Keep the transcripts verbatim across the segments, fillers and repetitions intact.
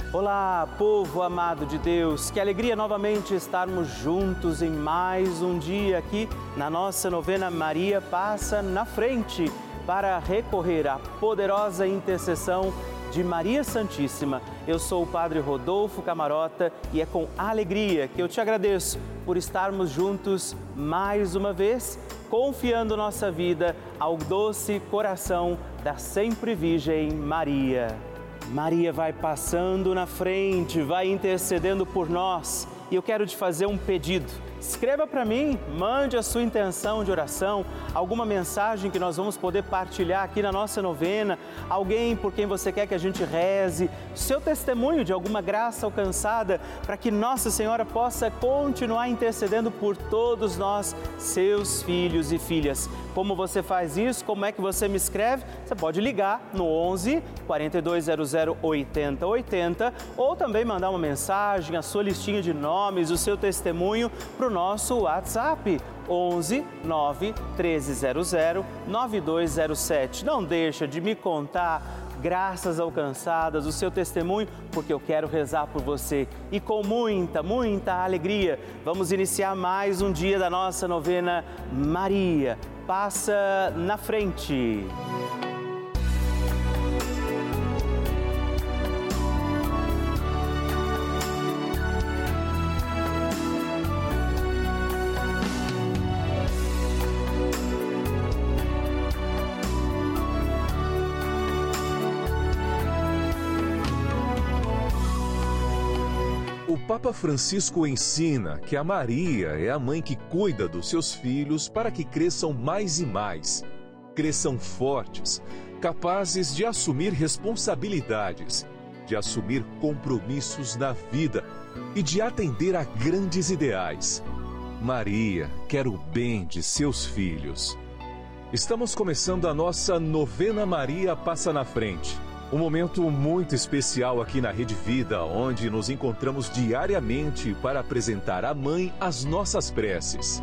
Olá, povo amado de Deus, que alegria novamente estarmos juntos em mais um dia aqui na nossa novena Maria Passa na Frente para recorrer à poderosa intercessão de Maria Santíssima. Eu sou o Padre Rodolfo Camarota e é com alegria que eu te agradeço por estarmos juntos mais uma vez, confiando nossa vida ao doce coração da sempre Virgem Maria. Maria vai passando na frente, vai intercedendo por nós. E eu quero te fazer um pedido. Escreva para mim, mande a sua intenção de oração, alguma mensagem que nós vamos poder partilhar aqui na nossa novena, alguém por quem você quer que a gente reze, seu testemunho de alguma graça alcançada, para que Nossa Senhora possa continuar intercedendo por todos nós, seus filhos e filhas. Como você faz isso? Como é que você me escreve? Você pode ligar no onze, quarenta e dois zero zero, oitenta oitenta ou também mandar uma mensagem, a sua listinha de nomes, o seu testemunho para o nosso WhatsApp onze, nove, treze zero zero, nove dois zero sete. Não deixa de me contar graças alcançadas, o seu testemunho, porque eu quero rezar por você. E com muita, muita alegria, vamos iniciar mais um dia da nossa novena Maria Passa na Frente. O Papa Francisco ensina que a Maria é a mãe que cuida dos seus filhos para que cresçam mais e mais, cresçam fortes, capazes de assumir responsabilidades, de assumir compromissos na vida e de atender a grandes ideais. Maria quer o bem de seus filhos. Estamos começando a nossa novena Maria Passa na Frente. Um momento muito especial aqui na Rede Vida, onde nos encontramos diariamente para apresentar à Mãe as nossas preces.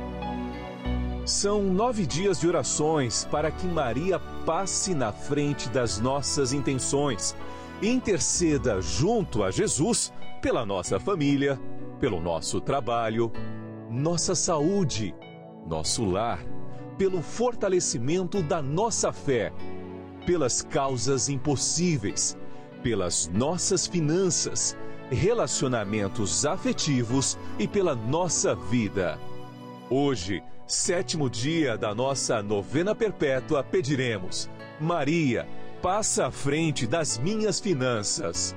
São nove dias de orações para que Maria passe na frente das nossas intenções e interceda junto a Jesus pela nossa família, pelo nosso trabalho, nossa saúde, nosso lar, pelo fortalecimento da nossa fé, pelas causas impossíveis, pelas nossas finanças, relacionamentos afetivos e pela nossa vida. Hoje, sétimo dia da nossa novena perpétua, pediremos: Maria, passa à frente das minhas finanças.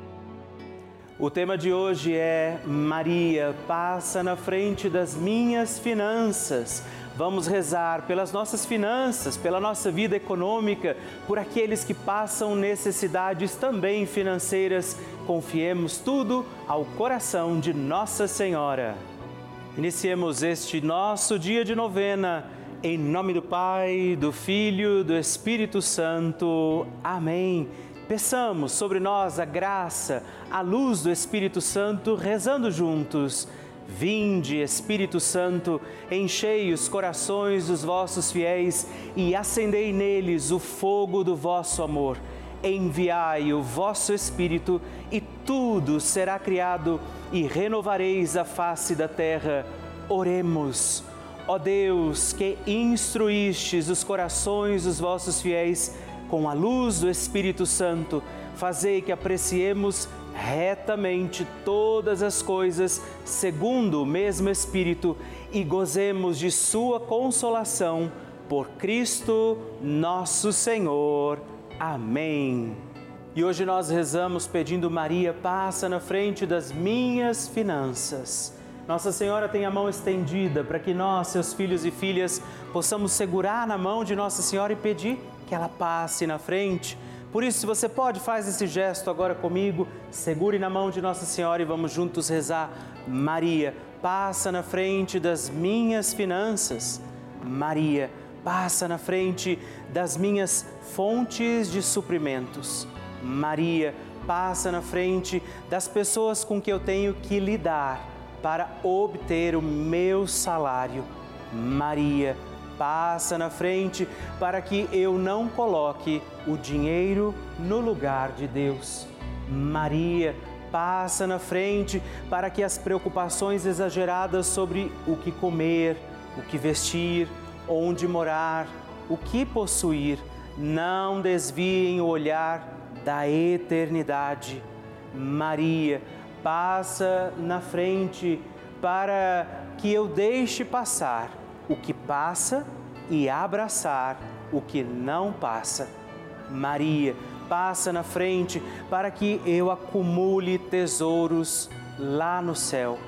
O tema de hoje é Maria, passa na frente das minhas finanças. Vamos rezar pelas nossas finanças, pela nossa vida econômica, por aqueles que passam necessidades também financeiras. Confiemos tudo ao coração de Nossa Senhora. Iniciemos este nosso dia de novena, em nome do Pai, do Filho, do Espírito Santo. Amém. Peçamos sobre nós a graça, a luz do Espírito Santo, rezando juntos. Vinde, Espírito Santo, enchei os corações dos vossos fiéis e acendei neles o fogo do vosso amor. Enviai o vosso Espírito e tudo será criado e renovareis a face da terra. Oremos. Ó Deus, que instruístes os corações dos vossos fiéis com a luz do Espírito Santo, fazei que apreciemos retamente todas as coisas segundo o mesmo Espírito e gozemos de sua consolação por Cristo nosso Senhor. Amém. E hoje nós rezamos pedindo: Maria, passa na frente das minhas finanças. Nossa Senhora tem a mão estendida para que nós, seus filhos e filhas, possamos segurar na mão de Nossa Senhora e pedir que ela passe na frente. Por isso, se você pode, faz esse gesto agora comigo, segure na mão de Nossa Senhora e vamos juntos rezar. Maria, passa na frente das minhas finanças. Maria, passa na frente das minhas fontes de suprimentos. Maria, passa na frente das pessoas com que eu tenho que lidar para obter o meu salário. Maria, passa na frente para que eu não coloque o dinheiro no lugar de Deus. Maria, passa na frente para que as preocupações exageradas sobre o que comer, o que vestir, onde morar, o que possuir, não desviem o olhar da eternidade. Maria, passa na frente para que eu deixe passar o que passa e abraçar o que não passa. Maria, passa na frente para que eu acumule tesouros lá no céu.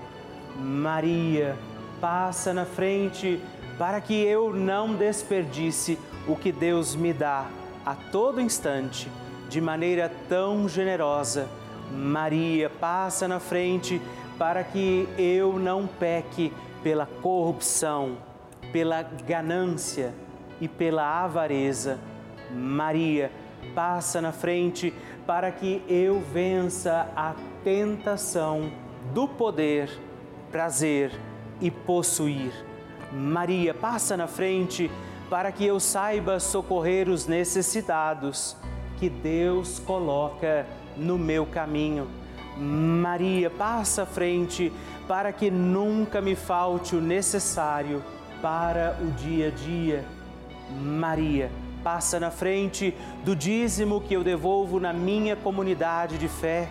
Maria, passa na frente para que eu não desperdice o que Deus me dá a todo instante, de maneira tão generosa. Maria, passa na frente para que eu não peque pela corrupção, pela ganância e pela avareza. Maria, passa na frente para que eu vença a tentação do poder, prazer e possuir. Maria, passa na frente para que eu saiba socorrer os necessitados que Deus coloca no meu caminho. Maria, passa à frente para que nunca me falte o necessário para o dia a dia. Maria, passa na frente do dízimo que eu devolvo na minha comunidade de fé.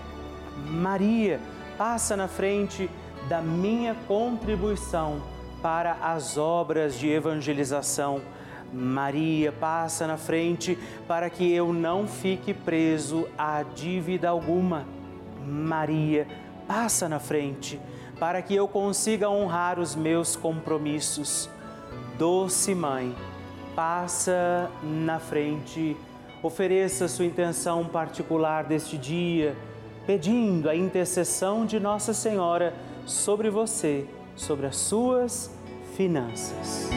Maria, passa na frente da minha contribuição para as obras de evangelização. Maria, passa na frente para que eu não fique preso a dívida alguma. Maria, passa na frente para que eu consiga honrar os meus compromissos. Doce Mãe, passa na frente, ofereça sua intenção particular deste dia, pedindo a intercessão de Nossa Senhora sobre você, sobre as suas finanças.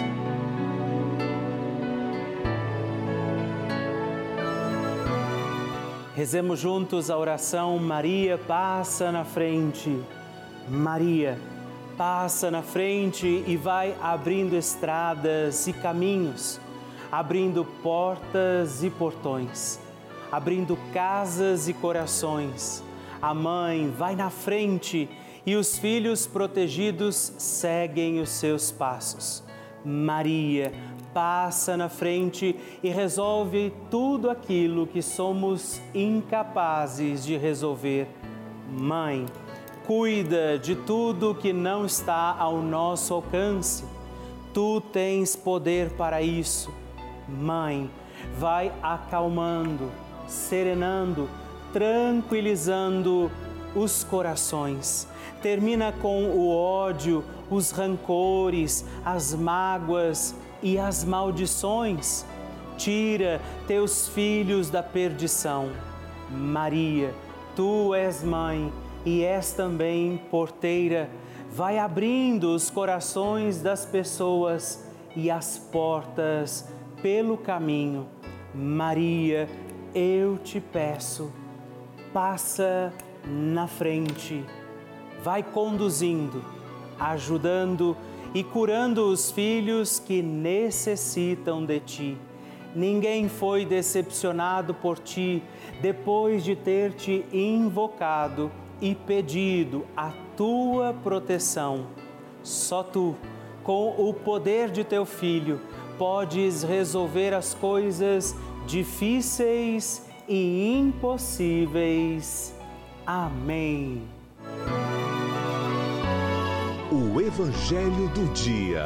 Rezemos juntos a oração Maria passa na frente. Maria passa na frente e vai abrindo estradas e caminhos, abrindo portas e portões, abrindo casas e corações. A mãe vai na frente e os filhos protegidos seguem os seus passos. Maria passa na frente e resolve tudo aquilo que somos incapazes de resolver. Mãe, cuida de tudo que não está ao nosso alcance. Tu tens poder para isso. Mãe, vai acalmando, serenando, tranquilizando os corações. Termina com o ódio, os rancores, as mágoas e as maldições. Tira teus filhos da perdição. Maria, tu és mãe e és também porteira. Vai abrindo os corações das pessoas e as portas pelo caminho. Maria, eu te peço, passa na frente. Vai conduzindo, ajudando e curando os filhos que necessitam de ti. Ninguém foi decepcionado por ti depois de ter te invocado e pedido a tua proteção. Só tu, com o poder de teu Filho, podes resolver as coisas difíceis e impossíveis. Amém. O Evangelho do Dia.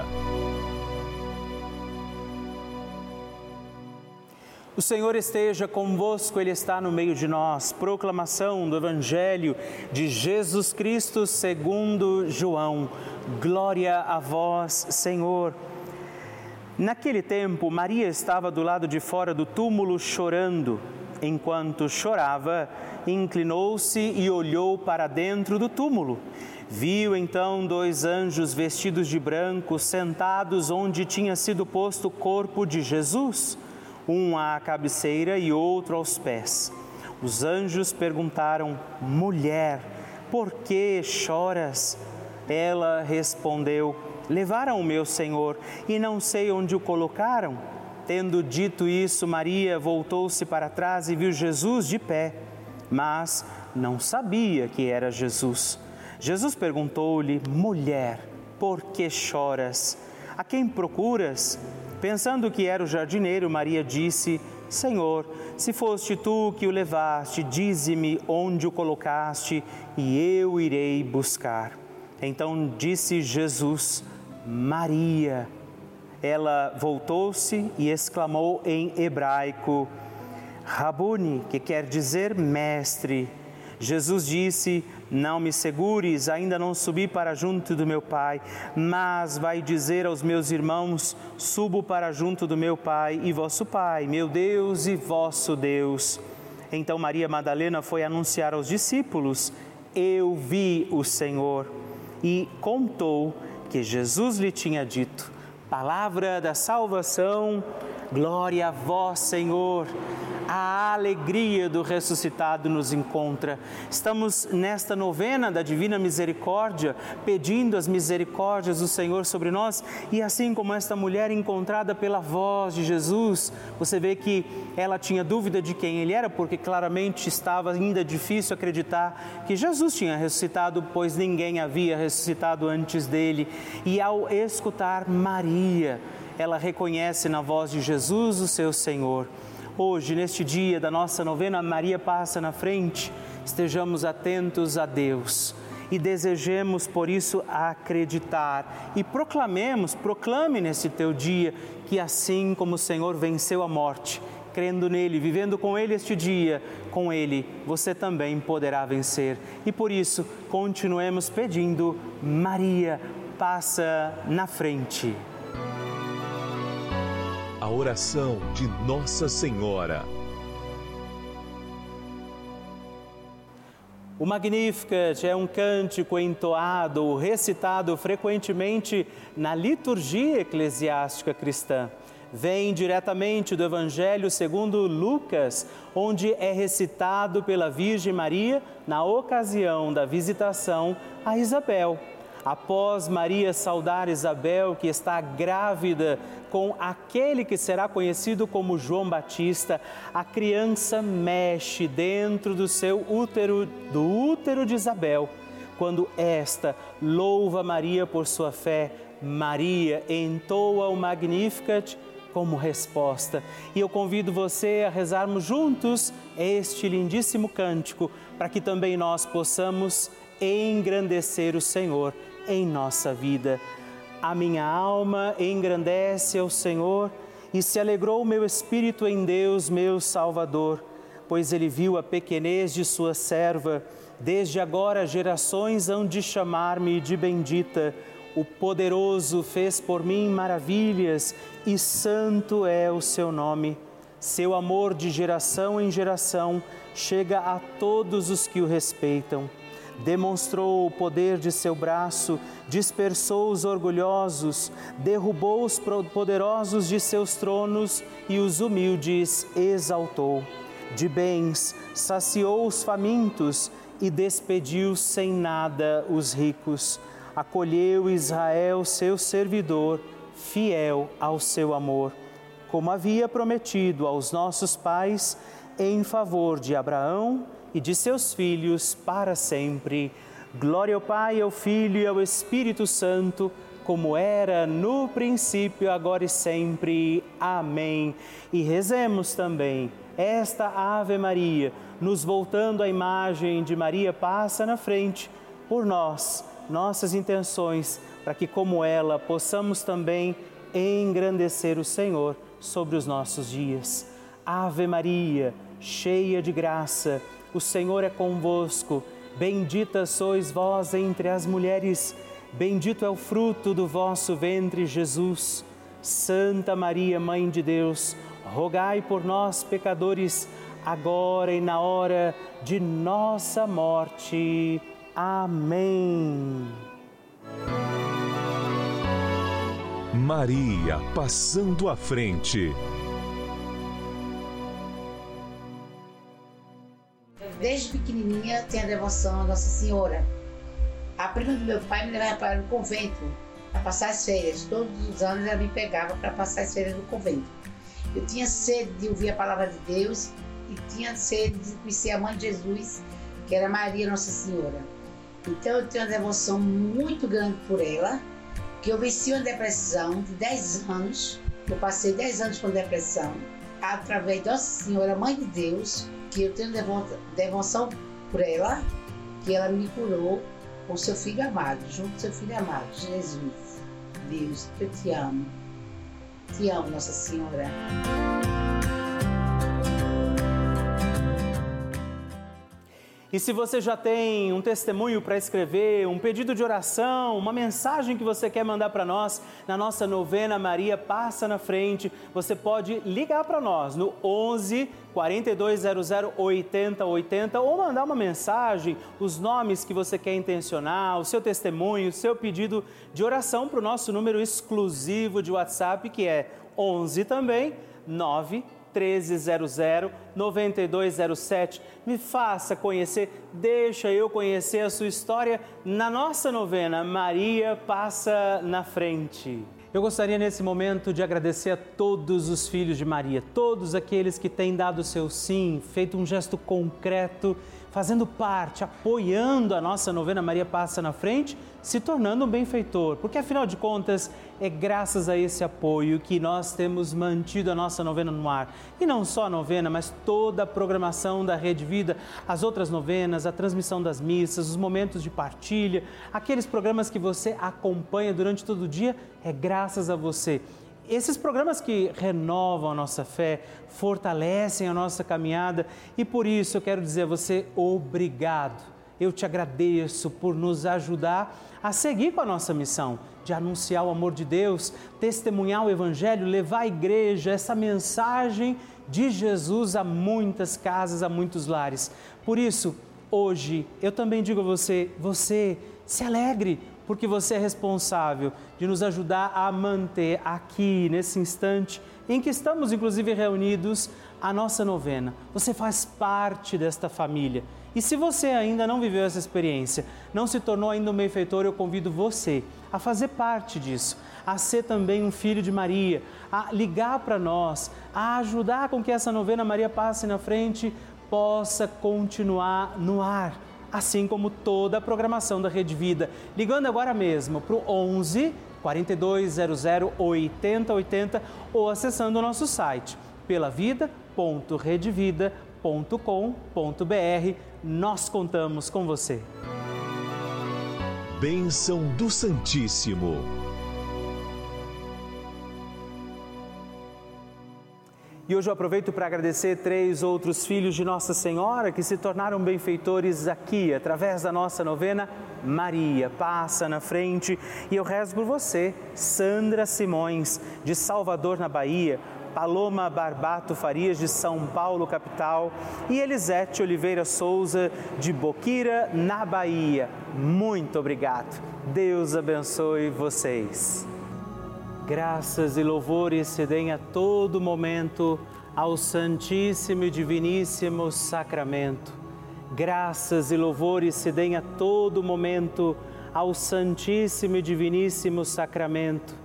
O Senhor esteja convosco, Ele está no meio de nós. Proclamação do Evangelho de Jesus Cristo segundo João. Glória a vós, Senhor. Naquele tempo, Maria estava do lado de fora do túmulo chorando. Enquanto chorava, inclinou-se e olhou para dentro do túmulo. Viu então dois anjos vestidos de branco sentados onde tinha sido posto o corpo de Jesus, um à cabeceira e outro aos pés. Os anjos perguntaram: mulher, por que choras? Ela respondeu: levaram o meu Senhor e não sei onde o colocaram. Tendo dito isso, Maria voltou-se para trás e viu Jesus de pé, mas não sabia que era Jesus. Jesus perguntou-lhe: mulher, por que choras? A quem procuras? Pensando que era o jardineiro, Maria disse: Senhor, se foste tu que o levaste, dize-me onde o colocaste e eu irei buscar. Então disse Jesus: Maria. Ela voltou-se e exclamou em hebraico: Rabuni, que quer dizer mestre. Jesus disse: não me segures, ainda não subi para junto do meu Pai, mas vai dizer aos meus irmãos: subo para junto do meu Pai e vosso Pai, meu Deus e vosso Deus. Então Maria Madalena foi anunciar aos discípulos: eu vi o Senhor, e contou que Jesus lhe tinha dito. Palavra da salvação, glória a vós, Senhor. A alegria do ressuscitado nos encontra. Estamos nesta novena da Divina Misericórdia, pedindo as misericórdias do Senhor sobre nós. E assim como esta mulher encontrada pela voz de Jesus, você vê que ela tinha dúvida de quem ele era, porque claramente estava ainda difícil acreditar que Jesus tinha ressuscitado, pois ninguém havia ressuscitado antes dele. E ao escutar Maria, ela reconhece na voz de Jesus o seu Senhor. Hoje, neste dia da nossa novena, Maria passa na frente, estejamos atentos a Deus e desejemos, por isso, acreditar e proclamemos, proclame nesse teu dia que assim como o Senhor venceu a morte, crendo nele, vivendo com ele este dia, com ele você também poderá vencer. E por isso, continuemos pedindo: Maria, passa na frente. A oração de Nossa Senhora. O Magnificat é um cântico entoado, recitado frequentemente na liturgia eclesiástica cristã. Vem diretamente do Evangelho segundo Lucas, onde é recitado pela Virgem Maria na ocasião da visitação a Isabel. Após Maria saudar Isabel, que está grávida com aquele que será conhecido como João Batista, a criança mexe dentro do seu útero, do útero de Isabel. Quando esta louva Maria por sua fé, Maria entoa o Magnificat como resposta. E eu convido você a rezarmos juntos este lindíssimo cântico, para que também nós possamos engrandecer o Senhor em nossa vida. A minha alma engrandece ao Senhor e se alegrou o meu espírito em Deus, meu Salvador, pois ele viu a pequenez de sua serva. Desde agora gerações hão de chamar-me de bendita. O poderoso fez por mim maravilhas e santo é o seu nome. Seu amor de geração em geração chega a todos os que o respeitam. Demonstrou o poder de seu braço, dispersou os orgulhosos, derrubou os poderosos de seus tronos e os humildes exaltou. De bens saciou os famintos e despediu sem nada os ricos. Acolheu Israel, seu servidor, fiel ao seu amor, como havia prometido aos nossos pais, em favor de Abraão e de seus filhos para sempre. Glória ao Pai, ao Filho e ao Espírito Santo, como era no princípio, agora e sempre. Amém. E rezemos também esta Ave Maria, nos voltando à imagem de Maria passa na frente, por nós, nossas intenções, para que como ela possamos também engrandecer o Senhor sobre os nossos dias. Ave Maria, cheia de graça, o Senhor é convosco, bendita sois vós entre as mulheres, bendito é o fruto do vosso ventre, Jesus. Santa Maria, Mãe de Deus, rogai por nós, pecadores, agora e na hora de nossa morte. Amém. Maria passando à frente. Desde pequenininha tenho a devoção a Nossa Senhora. A prima do meu pai me levava para o convento para passar as férias. Todos os anos ela me pegava para passar as férias no convento. Eu tinha sede de ouvir a palavra de Deus e tinha sede de conhecer a Mãe de Jesus que era Maria Nossa Senhora. Então eu tenho uma devoção muito grande por ela, que eu venci uma depressão de dez anos, eu passei dez anos com depressão, através de Nossa Senhora, Mãe de Deus, que eu tenho devoção por ela, que ela me curou com seu Filho amado, junto com seu Filho amado, Jesus. Deus, eu te amo. Te amo, Nossa Senhora. E se você já tem um testemunho para escrever, um pedido de oração, uma mensagem que você quer mandar para nós, na nossa novena Maria Passa na Frente, você pode ligar para nós no onze, quarenta e dois zero zero, oitenta oitenta ou mandar uma mensagem, os nomes que você quer intencionar, o seu testemunho, o seu pedido de oração para o nosso número exclusivo de WhatsApp, que é onze também, nove treze zero zero, nove dois zero sete. Me faça conhecer, deixa eu conhecer a sua história na nossa novena Maria Passa na Frente. Eu gostaria nesse momento de agradecer a todos os filhos de Maria, todos aqueles que têm dado o seu sim, feito um gesto concreto, fazendo parte, apoiando a nossa novena Maria Passa na Frente, se tornando um benfeitor, porque afinal de contas é graças a esse apoio que nós temos mantido a nossa novena no ar. E não só a novena, mas toda a programação da Rede Vida, as outras novenas, a transmissão das missas, os momentos de partilha, aqueles programas que você acompanha durante todo o dia, é graças a você. Esses programas que renovam a nossa fé, fortalecem a nossa caminhada e por isso eu quero dizer a você obrigado. Eu te agradeço por nos ajudar a seguir com a nossa missão de anunciar o amor de Deus, testemunhar o Evangelho, levar à igreja essa mensagem de Jesus a muitas casas, a muitos lares. Por isso, hoje, eu também digo a você, você se alegre, porque você é responsável de nos ajudar a manter aqui, nesse instante, em que estamos inclusive reunidos, a nossa novena. Você faz parte desta família. E se você ainda não viveu essa experiência, não se tornou ainda um benfeitor, eu convido você a fazer parte disso, a ser também um filho de Maria, a ligar para nós, a ajudar com que essa novena Maria Passe na Frente possa continuar no ar, assim como toda a programação da Rede Vida. Ligando agora mesmo para o onze, quarenta e dois zero zero, oitenta oitenta ou acessando o nosso site pelavida ponto redevida ponto com ponto br. Nós contamos com você. Bênção do Santíssimo. E hoje eu aproveito para agradecer três outros filhos de Nossa Senhora que se tornaram benfeitores aqui, através da nossa novena Maria Passa na Frente. E eu rezo por você, Sandra Simões, de Salvador, na Bahia, Paloma Barbato Farias, de São Paulo, capital, e Elisete Oliveira Souza, de Boquira, na Bahia. Muito obrigado. Deus abençoe vocês. Graças e louvores se deem a todo momento ao Santíssimo e Diviníssimo Sacramento. Graças e louvores se deem a todo momento ao Santíssimo e Diviníssimo Sacramento.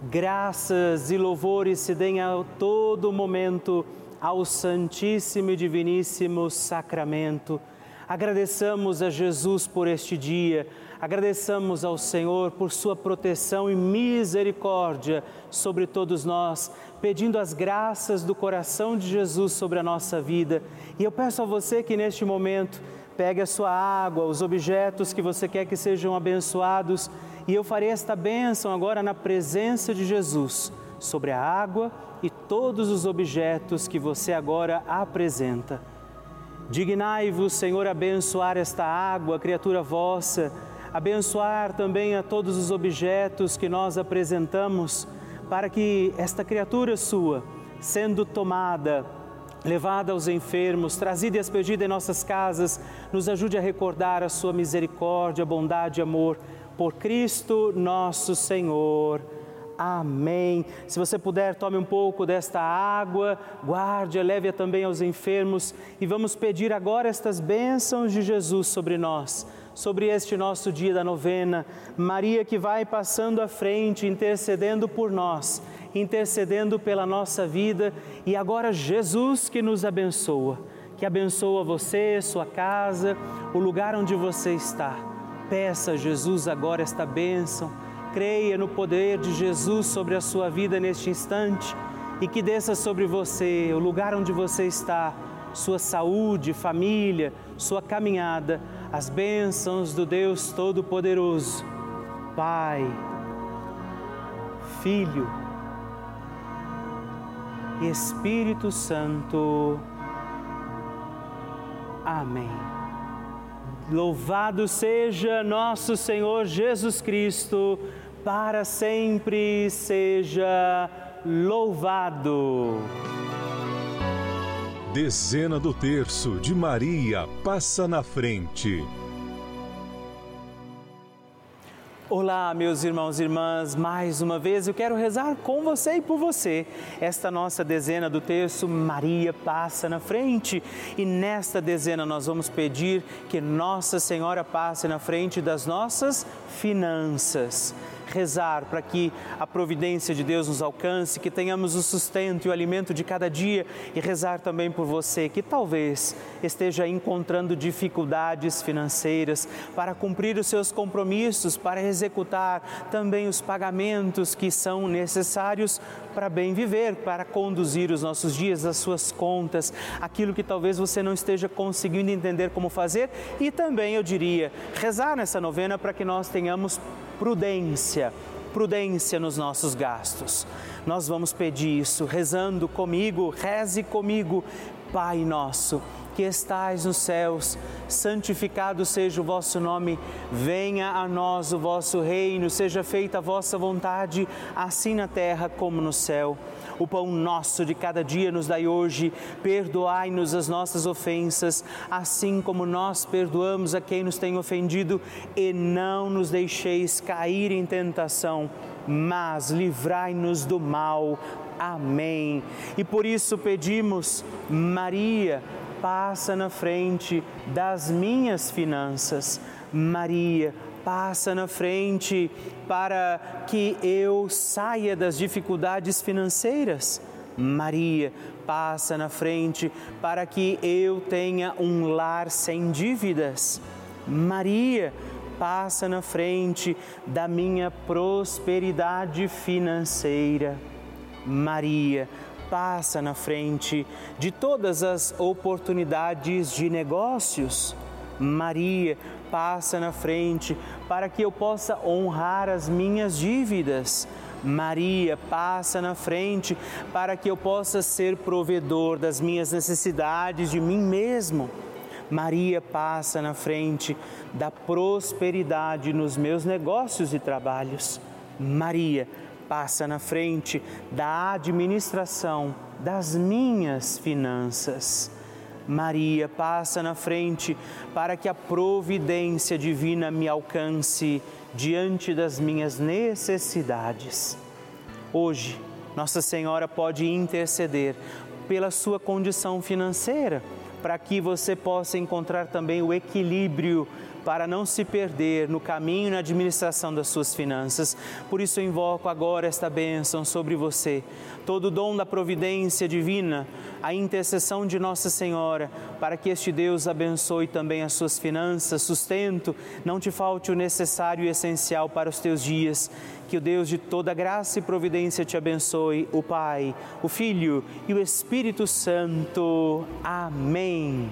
Graças e louvores se deem a todo momento ao Santíssimo e Diviníssimo Sacramento. Agradeçamos a Jesus por este dia, agradeçamos ao Senhor por sua proteção e misericórdia sobre todos nós, pedindo as graças do coração de Jesus sobre a nossa vida. E eu peço a você que neste momento pegue a sua água, os objetos que você quer que sejam abençoados, e eu farei esta bênção agora na presença de Jesus, sobre a água e todos os objetos que você agora apresenta. Dignai-vos, Senhor, abençoar esta água, criatura vossa, abençoar também a todos os objetos que nós apresentamos, para que esta criatura sua, sendo tomada, levada aos enfermos, trazida e aspergida em nossas casas, nos ajude a recordar a sua misericórdia, bondade e amor, por Cristo nosso Senhor. Amém. Se você puder, tome um pouco desta água, guarde, leve-a também aos enfermos e vamos pedir agora estas bênçãos de Jesus sobre nós, sobre este nosso dia da novena. Maria que vai passando à frente, intercedendo por nós, intercedendo pela nossa vida, e agora Jesus que nos abençoa. que abençoa você, sua casa, o lugar onde você está. Peça a Jesus agora esta bênção, creia no poder de Jesus sobre a sua vida neste instante e que desça sobre você, o lugar onde você está, sua saúde, família, sua caminhada, as bênçãos do Deus Todo-Poderoso, Pai, Filho e Espírito Santo. Amém. Louvado seja nosso Senhor Jesus Cristo, para sempre seja louvado. Dezena do terço de Maria passa na frente. Olá, meus irmãos e irmãs, mais uma vez eu quero rezar com você e por você esta nossa dezena do terço Maria passa na frente. E nesta dezena nós vamos pedir que Nossa Senhora passe na frente das nossas finanças. Rezar para que a providência de Deus nos alcance, que tenhamos o sustento e o alimento de cada dia, e rezar também por você que talvez esteja encontrando dificuldades financeiras para cumprir os seus compromissos, para executar também os pagamentos que são necessários para bem viver, para conduzir os nossos dias, as suas contas, aquilo que talvez você não esteja conseguindo entender como fazer. E também eu diria, rezar nessa novena para que nós tenhamos prudência, prudência nos nossos gastos. Nós vamos pedir isso rezando comigo, reze comigo. Pai nosso, que estais nos céus, santificado seja o vosso nome, venha a nós o vosso reino, seja feita a vossa vontade, assim na terra como no céu. O pão nosso de cada dia nos dai hoje, perdoai-nos as nossas ofensas, assim como nós perdoamos a quem nos tem ofendido, e não nos deixeis cair em tentação, mas livrai-nos do mal. Amém. E por isso pedimos, Maria, passa na frente das minhas finanças. Maria, passa na frente para que eu saia das dificuldades financeiras. Maria, passa na frente para que eu tenha um lar sem dívidas. Maria, passa na frente da minha prosperidade financeira. Maria, passa na frente de todas as oportunidades de negócios. Maria, passa na frente para que eu possa honrar as minhas dívidas. Maria, passa na frente para que eu possa ser provedor das minhas necessidades de mim mesmo. Maria, passa na frente da prosperidade nos meus negócios e trabalhos. Maria, passa na frente da administração das minhas finanças. Maria, passa na frente para que a providência divina me alcance diante das minhas necessidades. Hoje, Nossa Senhora pode interceder pela sua condição financeira, para que você possa encontrar também o equilíbrio para não se perder no caminho e na administração das suas finanças. Por isso eu invoco agora esta bênção sobre você, todo o dom da providência divina, a intercessão de Nossa Senhora, para que este Deus abençoe também as suas finanças, sustento, não te falte o necessário e essencial para os teus dias. Que o Deus de toda graça e providência te abençoe, o Pai, o Filho e o Espírito Santo. Amém.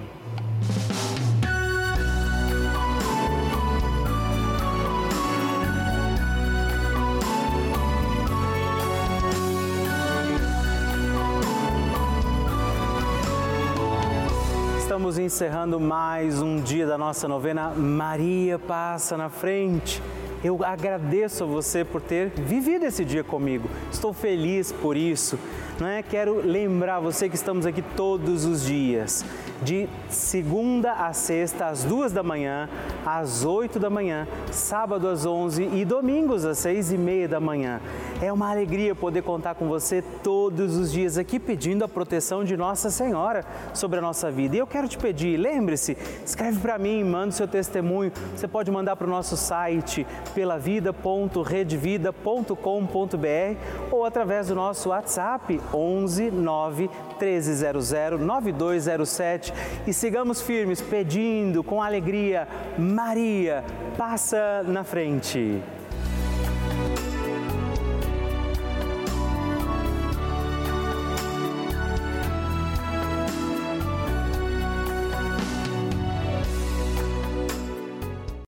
Estamos encerrando mais um dia da nossa novena Maria Passa na Frente. Eu agradeço a você por ter vivido esse dia comigo. Estou feliz por isso. Não é? Quero lembrar você que estamos aqui todos os dias, de segunda a sexta, às duas da manhã, às oito da manhã, sábado às onze e domingos às seis e meia da manhã. É uma alegria poder contar com você todos os dias aqui, pedindo a proteção de Nossa Senhora sobre a nossa vida. E eu quero te pedir, lembre-se, escreve para mim, manda o seu testemunho. Você pode mandar para o nosso site pelavida ponto redvida ponto com ponto br ou através do nosso WhatsApp onze nove treze zero zero nove dois zero sete. e sigamos firmes pedindo com alegria: Maria, passa na frente.